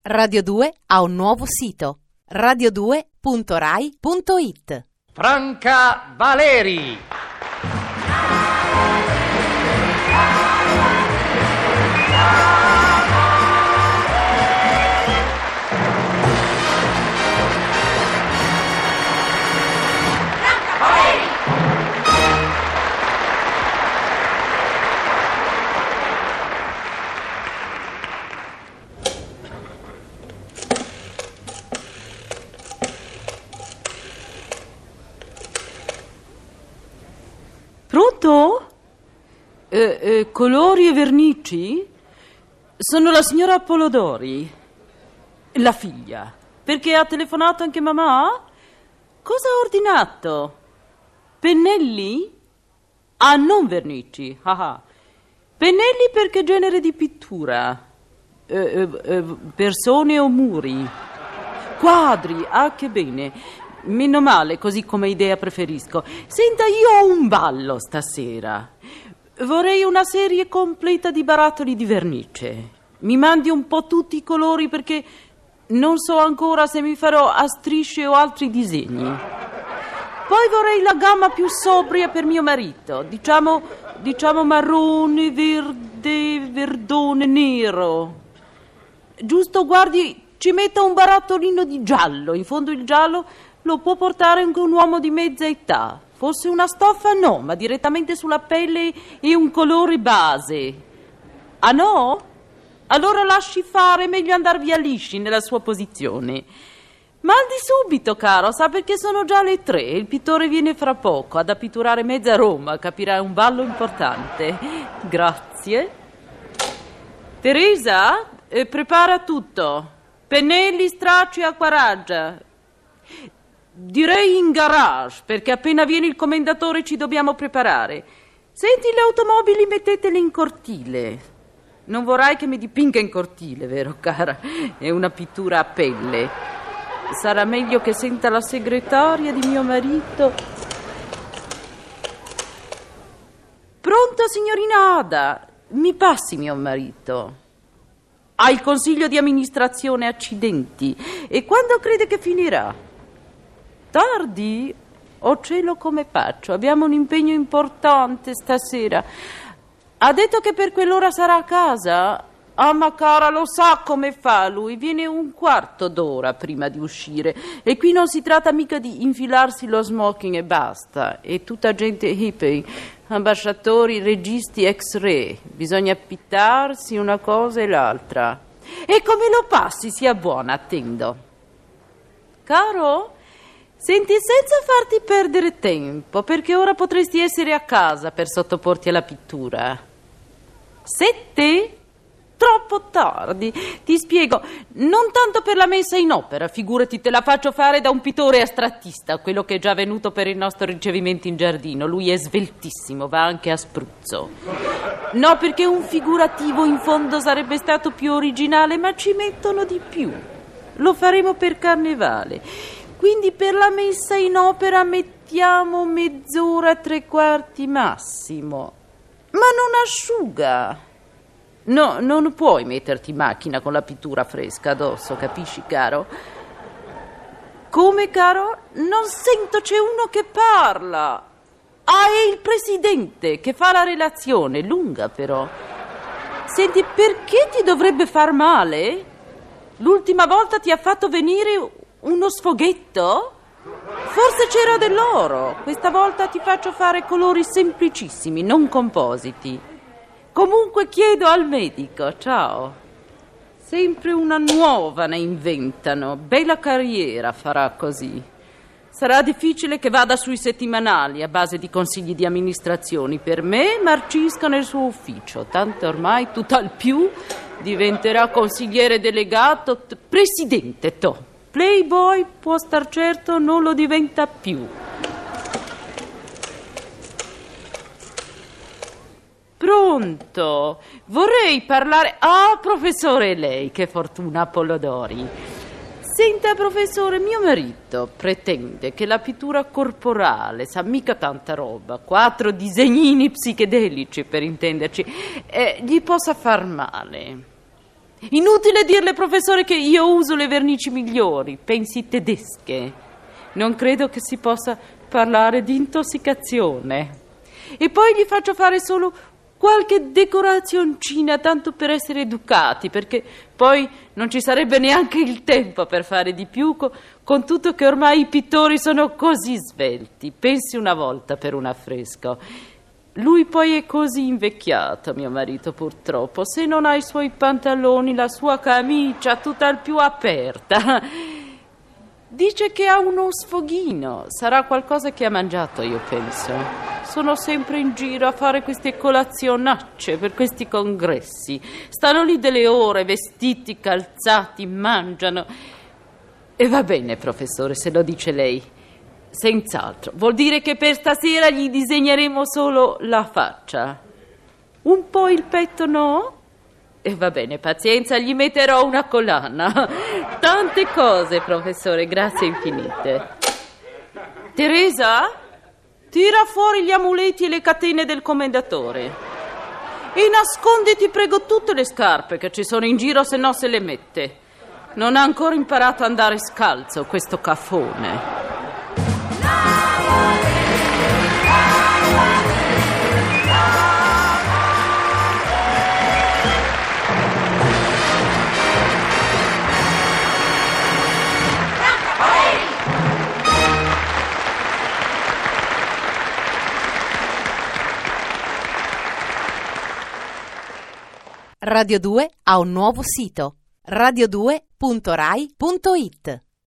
Radio 2 ha un nuovo sito, radio2.rai.it. Franca Valeri. Pronto? Colori e vernici? Sono la signora Apollodori, la figlia. Perché ha telefonato anche mamma? Cosa ha ordinato? Pennelli? Ah, non vernici. Pennelli per che genere di pittura? Persone o muri? Quadri? Ah, che bene. Meno male, così come idea preferisco. Senta, io ho un ballo stasera. Vorrei una serie completa di barattoli di vernice. Mi mandi un po' tutti i colori perché non so ancora se mi farò a strisce o altri disegni. Poi vorrei la gamma più sobria per mio marito. Diciamo marrone, verde, verdone, nero. Giusto, guardi, ci metta un barattolino di giallo. In fondo il giallo lo può portare anche un uomo di mezza età. Fosse una stoffa no, ma direttamente sulla pelle e un colore base. Ah no? Allora lasci fare, meglio andar via lisci nella sua posizione. Mandi subito, caro, sa, perché sono già le 3. Il pittore viene fra poco ad appitturare mezza Roma, capirà, è un ballo importante. Grazie. Teresa, prepara tutto. Pennelli, stracci e acquaraggia. Direi in garage, perché appena viene il commendatore ci dobbiamo preparare. Senti, le automobili mettetele in cortile. Non vorrai che mi dipinga in cortile, vero, cara? È una pittura a pelle. Sarà meglio che senta la segretaria di mio marito. Pronto, signorina Ada? Mi passi mio marito. Ha il consiglio di amministrazione, accidenti. E quando crede che finirà? Tardi? Oh cielo, come faccio? Abbiamo un impegno importante stasera. Ha detto che per quell'ora sarà a casa? Ah, ma cara, lo sa come fa lui. Viene un quarto d'ora prima di uscire. E qui non si tratta mica di infilarsi lo smoking e basta. È tutta gente hippie, ambasciatori, registi, ex-re. Bisogna pittarsi una cosa e l'altra. E come lo passi? Sia buona, attendo. Caro? Senti, senza farti perdere tempo, perché ora potresti essere a casa per sottoporti alla pittura. 7? Troppo tardi. Ti spiego, non tanto per la messa in opera, figurati, te la faccio fare da un pittore astrattista, quello che è già venuto per il nostro ricevimento in giardino. Lui è sveltissimo, va anche a spruzzo. No, perché un figurativo in fondo sarebbe stato più originale, ma ci mettono di più. Lo faremo per carnevale. Quindi per la messa in opera mettiamo mezz'ora, 3/4 massimo. Ma non asciuga. No, non puoi metterti in macchina con la pittura fresca addosso, capisci, caro? Come, caro? Non sento, c'è uno che parla. Ah, è il presidente che fa la relazione, lunga però. Senti, perché ti dovrebbe far male? L'ultima volta ti ha fatto venire uno sfoghetto? Forse c'era dell'oro. Questa volta ti faccio fare colori semplicissimi, non compositi. Comunque chiedo al medico, ciao. Sempre una nuova ne inventano. Bella carriera farà così. Sarà difficile che vada sui settimanali a base di consigli di amministrazioni. Per me marcisca nel suo ufficio. Tanto ormai tutt'al più diventerà consigliere delegato, presidente, Playboy può star certo non lo diventa più. Pronto? Vorrei parlare... Ah, professore, lei, che fortuna, Apollodori. Senta, professore, mio marito pretende che la pittura corporale, sa mica tanta roba, 4 disegnini psichedelici per intenderci, gli possa far male. Inutile dirle, professore, che io uso le vernici migliori, pensi tedesche. Non credo che si possa parlare di intossicazione. E poi gli faccio fare solo qualche decorazioncina, tanto per essere educati, perché poi non ci sarebbe neanche il tempo per fare di più, con tutto che ormai i pittori sono così svelti. Pensi una volta per un affresco. Lui poi è così invecchiato, mio marito, purtroppo. Se non ha i suoi pantaloni, la sua camicia tutta al più aperta. Dice che ha uno sfoghino. Sarà qualcosa che ha mangiato, io penso. Sono sempre in giro a fare queste colazionacce per questi congressi. Stanno lì delle ore, vestiti, calzati, mangiano. E va bene, professore, se lo dice lei. Senz'altro. Vuol dire che per stasera gli disegneremo solo la faccia. Un po' il petto, no? E va bene, pazienza, gli metterò una collana. Tante cose, professore, grazie infinite. Teresa, tira fuori gli amuleti e le catene del commendatore. E nasconditi, prego, tutte le scarpe che ci sono in giro, se no se le mette. Non ha ancora imparato ad andare scalzo, questo cafone. Radio 2 ha un nuovo sito: radio2.rai.it.